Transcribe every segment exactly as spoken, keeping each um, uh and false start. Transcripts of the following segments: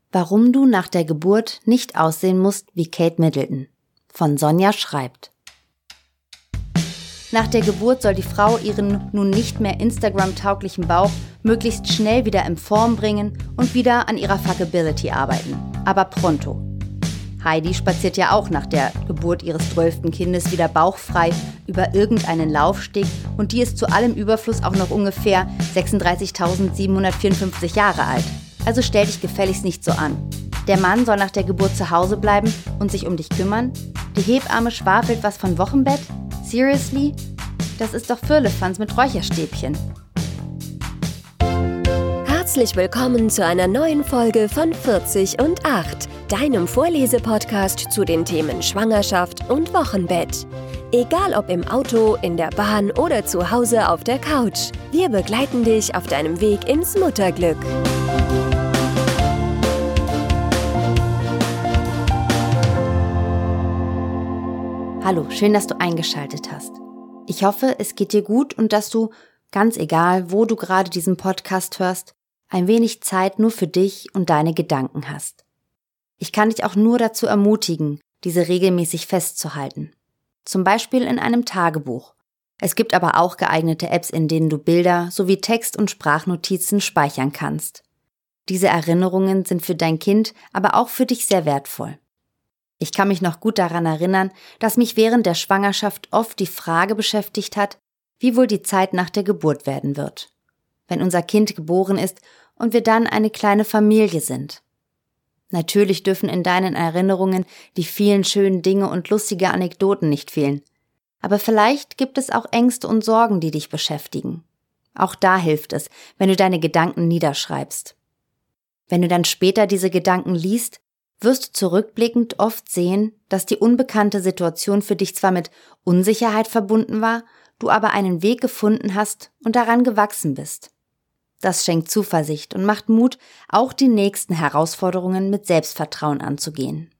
Warum du nach der Geburt nicht aussehen musst wie Kate Middleton von Sonja schreibt. Nach der Geburt soll die Frau ihren nun nicht mehr Instagram-tauglichen Bauch möglichst schnell wieder in Form bringen und wieder an ihrer Fuckability arbeiten. Aber pronto. Heidi spaziert ja auch nach der Geburt ihres zwölften Kindes wieder bauchfrei über irgendeinen Laufsteg und die ist zu allem Überfluss auch noch ungefähr sechsunddreißigtausendsiebenhundertvierundfünfzig Jahre alt. Also stell dich gefälligst nicht so an. Der Mann soll nach der Geburt zu Hause bleiben und sich um dich kümmern. Die Hebamme schwafelt was von Wochenbett? Seriously? Das ist doch Firlefanz mit Räucherstäbchen. Herzlich willkommen zu einer neuen Folge von vierzig und acht, deinem Vorlesepodcast zu den Themen Schwangerschaft und Wochenbett. Egal ob im Auto, in der Bahn oder zu Hause auf der Couch, wir begleiten dich auf deinem Weg ins Mutterglück. Hallo, schön, dass du eingeschaltet hast. Ich hoffe, es geht dir gut und dass du, ganz egal, wo du gerade diesen Podcast hörst, ein wenig Zeit nur für dich und deine Gedanken hast. Ich kann dich auch nur dazu ermutigen, diese regelmäßig festzuhalten. Zum Beispiel in einem Tagebuch. Es gibt aber auch geeignete Apps, in denen du Bilder sowie Text- und Sprachnotizen speichern kannst. Diese Erinnerungen sind für dein Kind, aber auch für dich sehr wertvoll. Ich kann mich noch gut daran erinnern, dass mich während der Schwangerschaft oft die Frage beschäftigt hat, wie wohl die Zeit nach der Geburt werden wird. Wenn unser Kind geboren ist und wir dann eine kleine Familie sind. Natürlich dürfen in deinen Erinnerungen die vielen schönen Dinge und lustige Anekdoten nicht fehlen. Aber vielleicht gibt es auch Ängste und Sorgen, die dich beschäftigen. Auch da hilft es, wenn du deine Gedanken niederschreibst. Wenn du dann später diese Gedanken liest, wirst du zurückblickend oft sehen, dass die unbekannte Situation für dich zwar mit Unsicherheit verbunden war, du aber einen Weg gefunden hast und daran gewachsen bist. Das schenkt Zuversicht und macht Mut, auch die nächsten Herausforderungen mit Selbstvertrauen anzugehen.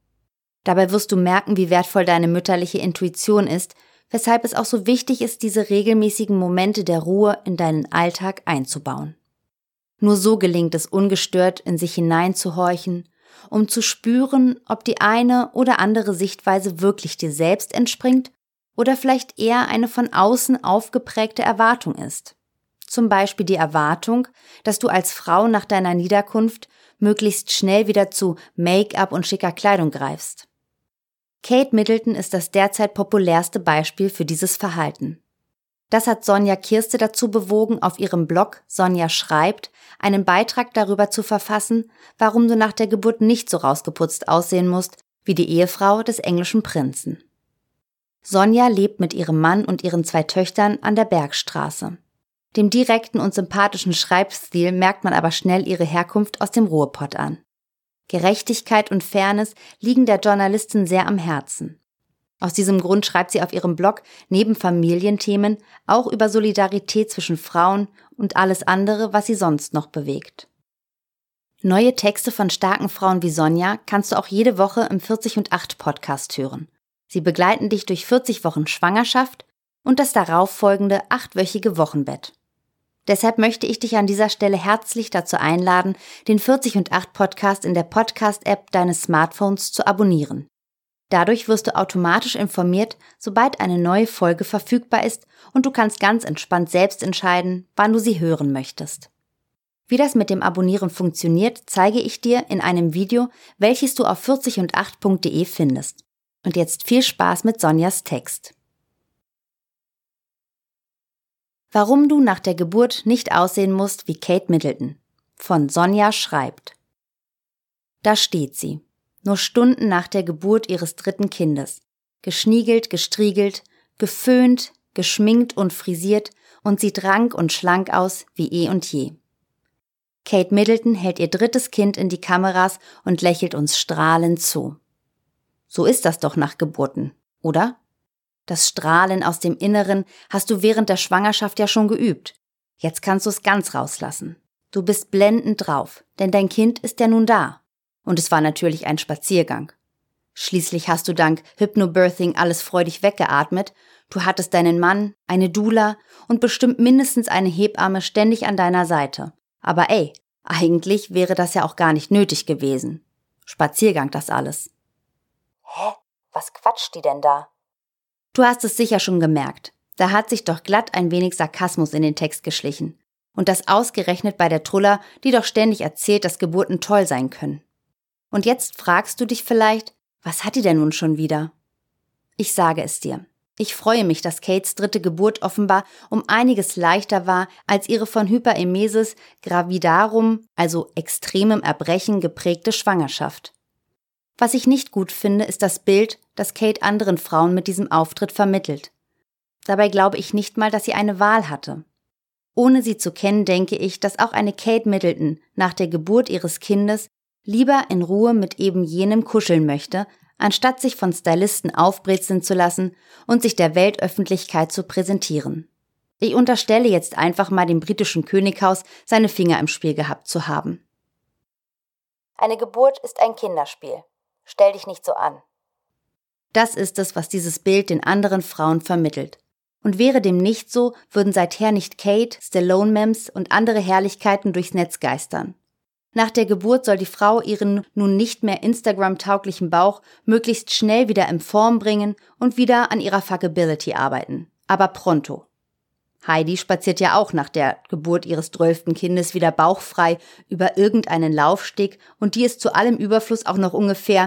Dabei wirst du merken, wie wertvoll deine mütterliche Intuition ist, weshalb es auch so wichtig ist, diese regelmäßigen Momente der Ruhe in deinen Alltag einzubauen. Nur so gelingt es ungestört, in sich hineinzuhorchen, um zu spüren, ob die eine oder andere Sichtweise wirklich dir selbst entspringt oder vielleicht eher eine von außen aufgeprägte Erwartung ist. Zum Beispiel die Erwartung, dass du als Frau nach deiner Niederkunft möglichst schnell wieder zu Make-up und schicker Kleidung greifst. Kate Middleton ist das derzeit populärste Beispiel für dieses Verhalten. Das hat Sonja Kirste dazu bewogen, auf ihrem Blog Sonja schreibt, einen Beitrag darüber zu verfassen, warum du nach der Geburt nicht so rausgeputzt aussehen musst wie die Ehefrau des englischen Prinzen. Sonja lebt mit ihrem Mann und ihren zwei Töchtern an der Bergstraße. Dem direkten und sympathischen Schreibstil merkt man aber schnell ihre Herkunft aus dem Ruhrpott an. Gerechtigkeit und Fairness liegen der Journalistin sehr am Herzen. Aus diesem Grund schreibt sie auf ihrem Blog neben Familienthemen auch über Solidarität zwischen Frauen und alles andere, was sie sonst noch bewegt. Neue Texte von starken Frauen wie Sonja kannst du auch jede Woche im vierzig und acht Podcast hören. Sie begleiten dich durch vierzig Wochen Schwangerschaft und das darauffolgende achtwöchige Wochenbett. Deshalb möchte ich dich an dieser Stelle herzlich dazu einladen, den vierzig und acht Podcast in der Podcast-App deines Smartphones zu abonnieren. Dadurch wirst du automatisch informiert, sobald eine neue Folge verfügbar ist und du kannst ganz entspannt selbst entscheiden, wann du sie hören möchtest. Wie das mit dem Abonnieren funktioniert, zeige ich dir in einem Video, welches du auf vierzig und acht punkt de findest. Und jetzt viel Spaß mit Sonjas Text. Warum du nach der Geburt nicht aussehen musst wie Kate Middleton von Sonja schreibt. Da steht sie. Nur Stunden nach der Geburt ihres dritten Kindes, geschniegelt, gestriegelt, geföhnt, geschminkt und frisiert und sieht rank und schlank aus wie eh und je. Kate Middleton hält ihr drittes Kind in die Kameras und lächelt uns strahlend zu. So ist das doch nach Geburten, oder? Das Strahlen aus dem Inneren hast du während der Schwangerschaft ja schon geübt. Jetzt kannst du es ganz rauslassen. Du bist blendend drauf, denn dein Kind ist ja nun da. Und es war natürlich ein Spaziergang. Schließlich hast du dank Hypnobirthing alles freudig weggeatmet, du hattest deinen Mann, eine Doula und bestimmt mindestens eine Hebamme ständig an deiner Seite. Aber ey, Eigentlich wäre das ja auch gar nicht nötig gewesen. Spaziergang das alles. Hä? Was quatscht die denn da? Du hast es sicher schon gemerkt. Da hat sich doch glatt ein wenig Sarkasmus in den Text geschlichen. Und das ausgerechnet bei der Trulla, die doch ständig erzählt, dass Geburten toll sein können. Und jetzt fragst du dich vielleicht, was hat die denn nun schon wieder? Ich sage es dir. Ich freue mich, dass Kates dritte Geburt offenbar um einiges leichter war als ihre von Hyperemesis gravidarum, also extremem Erbrechen, geprägte Schwangerschaft. Was ich nicht gut finde, ist das Bild, das Kate anderen Frauen mit diesem Auftritt vermittelt. Dabei glaube ich nicht mal, dass sie eine Wahl hatte. Ohne sie zu kennen, denke ich, dass auch eine Kate Middleton nach der Geburt ihres Kindes lieber in Ruhe mit eben jenem kuscheln möchte, anstatt sich von Stylisten aufbrezeln zu lassen und sich der Weltöffentlichkeit zu präsentieren. Ich unterstelle jetzt einfach mal dem britischen Könighaus, seine Finger im Spiel gehabt zu haben. Eine Geburt ist ein Kinderspiel. Stell dich nicht so an. Das ist es, was dieses Bild den anderen Frauen vermittelt. Und wäre dem nicht so, würden seither nicht Kate, Stallone-Mems und andere Herrlichkeiten durchs Netz geistern. Nach der Geburt soll die Frau ihren nun nicht mehr Instagram-tauglichen Bauch möglichst schnell wieder in Form bringen und wieder an ihrer Fuckability arbeiten. Aber pronto. Heidi spaziert ja auch nach der Geburt ihres zwölften Kindes wieder bauchfrei über irgendeinen Laufsteg und die ist zu allem Überfluss auch noch ungefähr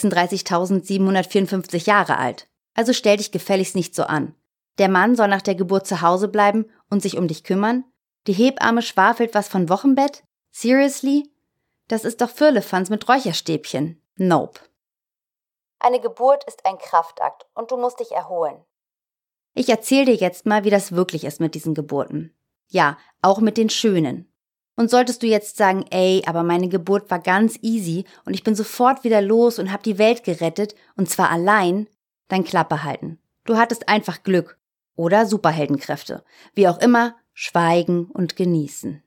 sechsunddreißigtausendsiebenhundertvierundfünfzig Jahre alt. Also stell dich gefälligst nicht so an. Der Mann soll nach der Geburt zu Hause bleiben und sich um dich kümmern? Die Hebamme schwafelt was von Wochenbett? Seriously? Das ist doch Firlefanz mit Räucherstäbchen. Nope. Eine Geburt ist ein Kraftakt und du musst dich erholen. Ich erzähl dir jetzt mal, wie das wirklich ist mit diesen Geburten. Ja, auch mit den schönen. Und solltest du jetzt sagen, ey, aber meine Geburt war ganz easy und ich bin sofort wieder los und hab die Welt gerettet, und zwar allein, dann Klappe halten. Du hattest einfach Glück oder Superheldenkräfte. Wie auch immer, schweigen und genießen.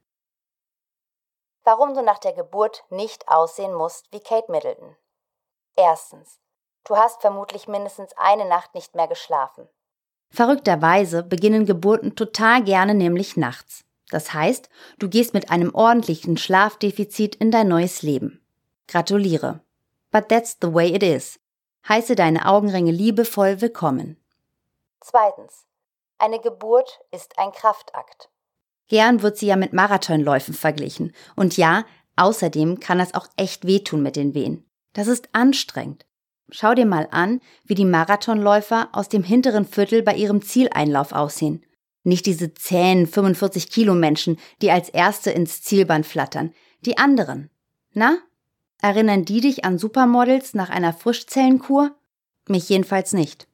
Warum du nach der Geburt nicht aussehen musst wie Kate Middleton. Erstens, du hast vermutlich mindestens eine Nacht nicht mehr geschlafen. Verrückterweise beginnen Geburten total gerne nämlich nachts. Das heißt, du gehst mit einem ordentlichen Schlafdefizit in dein neues Leben. Gratuliere. But that's the way it is. Heiße deine Augenringe liebevoll willkommen. Zweitens, eine Geburt ist ein Kraftakt. Gern wird sie ja mit Marathonläufen verglichen. Und ja, außerdem kann das auch echt wehtun mit den Wehen. Das ist anstrengend. Schau dir mal an, wie die Marathonläufer aus dem hinteren Viertel bei ihrem Zieleinlauf aussehen. Nicht diese zähen fünfundvierzig Kilo Menschen, die als Erste ins Zielband flattern. Die anderen. Na? Erinnern die dich an Supermodels nach einer Frischzellenkur? Mich jedenfalls nicht.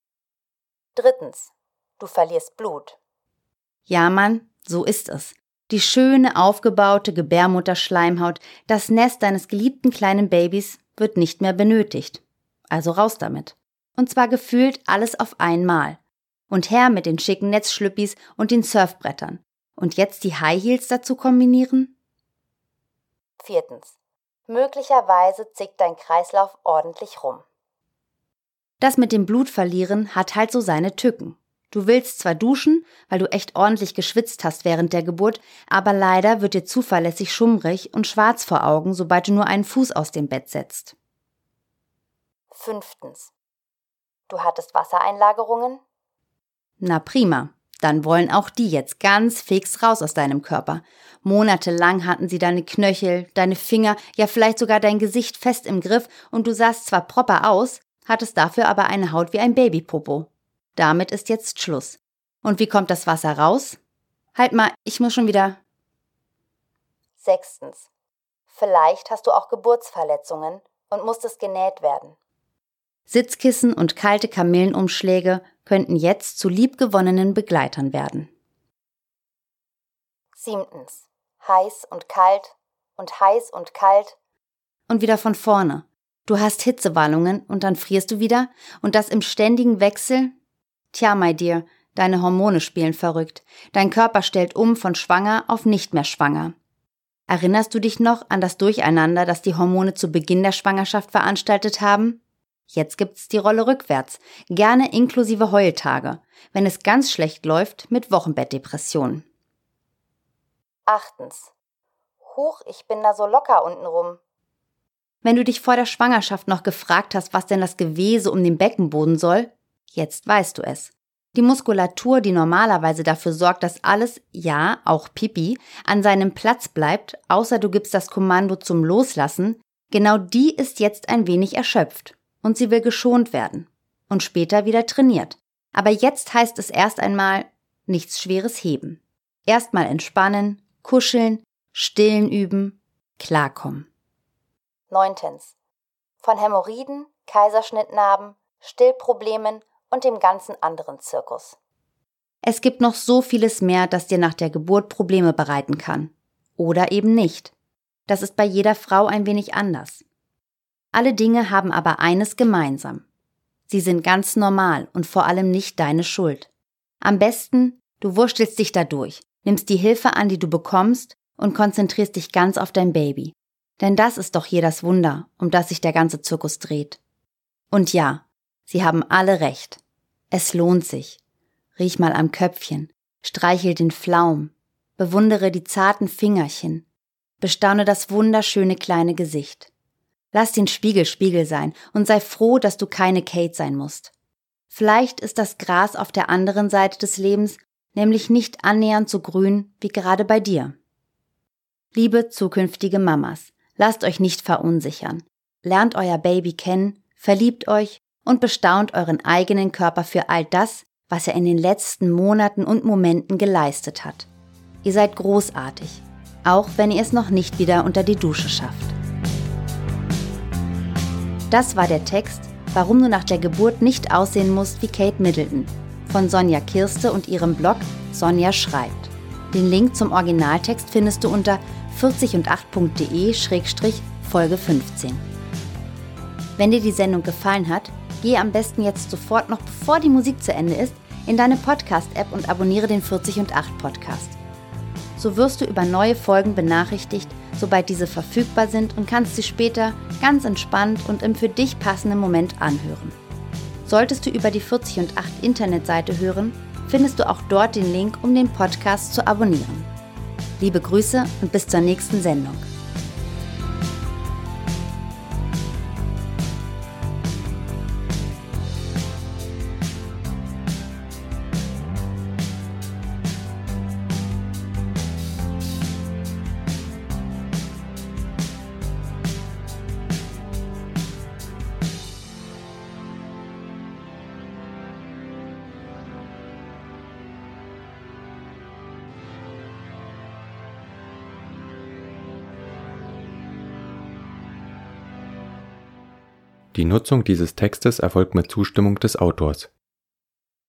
Drittens, du verlierst Blut. Ja, Mann, so ist es. Die schöne, aufgebaute Gebärmutterschleimhaut, das Nest deines geliebten kleinen Babys, wird nicht mehr benötigt. Also raus damit. Und zwar gefühlt alles auf einmal. Und her mit den schicken Netzschlüppis und den Surfbrettern. Und jetzt die High Heels dazu kombinieren? Viertens, möglicherweise zickt dein Kreislauf ordentlich rum. Das mit dem Blutverlieren hat halt so seine Tücken. Du willst zwar duschen, weil du echt ordentlich geschwitzt hast während der Geburt, aber leider wird dir zuverlässig schummrig und schwarz vor Augen, sobald du nur einen Fuß aus dem Bett setzt. Fünftens, du hattest Wassereinlagerungen? Na prima, dann wollen auch die jetzt ganz fix raus aus deinem Körper. Monatelang hatten sie deine Knöchel, deine Finger, ja vielleicht sogar dein Gesicht fest im Griff und du sahst zwar proper aus, hattest dafür aber eine Haut wie ein Babypopo. Damit ist jetzt Schluss. Und wie kommt das Wasser raus? Halt mal, ich muss schon wieder... Sechstens, vielleicht hast du auch Geburtsverletzungen und musstest genäht werden. Sitzkissen und kalte Kamillenumschläge könnten jetzt zu liebgewonnenen Begleitern werden. Siebtens, heiß und kalt und heiß und kalt. Und wieder von vorne. Du hast Hitzewallungen und dann frierst du wieder und das im ständigen Wechsel? Tja, my dear, deine Hormone spielen verrückt. Dein Körper stellt um von schwanger auf nicht mehr schwanger. Erinnerst du dich noch an das Durcheinander, das die Hormone zu Beginn der Schwangerschaft veranstaltet haben? Jetzt gibt's die Rolle rückwärts, gerne inklusive Heultage, wenn es ganz schlecht läuft mit Wochenbettdepressionen. Achtens, Huch, ich bin da so locker untenrum. Wenn du dich vor der Schwangerschaft noch gefragt hast, was denn das Gewese um den Beckenboden soll, jetzt weißt du es. Die Muskulatur, die normalerweise dafür sorgt, dass alles, ja, auch Pipi, an seinem Platz bleibt, außer du gibst das Kommando zum Loslassen, genau die ist jetzt ein wenig erschöpft und sie will geschont werden und später wieder trainiert. Aber jetzt heißt es erst einmal nichts Schweres heben. Erstmal entspannen, kuscheln, stillen üben, klarkommen. Neuntens. Von Hämorrhoiden, Kaiserschnittnarben, Stillproblemen und dem ganzen anderen Zirkus. Es gibt noch so vieles mehr, das dir nach der Geburt Probleme bereiten kann. Oder eben nicht. Das ist bei jeder Frau ein wenig anders. Alle Dinge haben aber eines gemeinsam. Sie sind ganz normal und vor allem nicht deine Schuld. Am besten, du wurstelst dich da durch, nimmst die Hilfe an, die du bekommst und konzentrierst dich ganz auf dein Baby. Denn das ist doch hier das Wunder, um das sich der ganze Zirkus dreht. Und ja, sie haben alle recht. Es lohnt sich. Riech mal am Köpfchen, streichel den Flaum, bewundere die zarten Fingerchen, bestaune das wunderschöne kleine Gesicht. Lass den Spiegel Spiegel sein und sei froh, dass du keine Kate sein musst. Vielleicht ist das Gras auf der anderen Seite des Lebens nämlich nicht annähernd so grün wie gerade bei dir. Liebe zukünftige Mamas, lasst euch nicht verunsichern. Lernt euer Baby kennen, verliebt euch und bestaunt euren eigenen Körper für all das, was er in den letzten Monaten und Momenten geleistet hat. Ihr seid großartig, auch wenn ihr es noch nicht wieder unter die Dusche schafft. Das war der Text, warum du nach der Geburt nicht aussehen musst wie Kate Middleton, von Sonja Kirste und ihrem Blog Sonja schreibt. Den Link zum Originaltext findest du unter vierzig und acht punkt de Schrägstrich Folge fünfzehn. Wenn dir die Sendung gefallen hat, gehe am besten jetzt sofort, noch bevor die Musik zu Ende ist, in deine Podcast-App und abonniere den vierzig und acht Podcast. So wirst du über neue Folgen benachrichtigt, sobald diese verfügbar sind und kannst sie später ganz entspannt und im für dich passenden Moment anhören. Solltest du über die vierzig und acht Internetseite hören, findest du auch dort den Link, um den Podcast zu abonnieren. Liebe Grüße und bis zur nächsten Sendung. Die Nutzung dieses Textes erfolgt mit Zustimmung des Autors.